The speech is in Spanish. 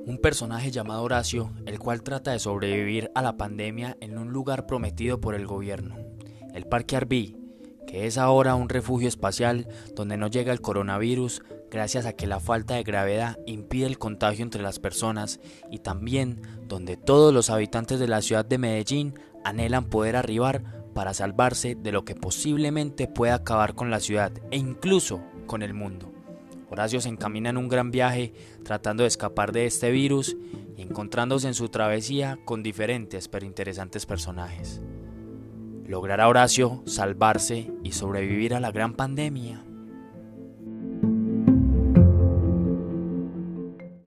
Un personaje llamado Horacio, el cual trata de sobrevivir a la pandemia en un lugar prometido por el gobierno, el Parque Arví, que es ahora un refugio espacial donde no llega el coronavirus gracias a que la falta de gravedad impide el contagio entre las personas y también donde todos los habitantes de la ciudad de Medellín anhelan poder arribar para salvarse de lo que posiblemente pueda acabar con la ciudad e incluso con el mundo. Horacio se encamina en un gran viaje tratando de escapar de este virus y encontrándose en su travesía con diferentes pero interesantes personajes. ¿Logrará Horacio salvarse y sobrevivir a la gran pandemia?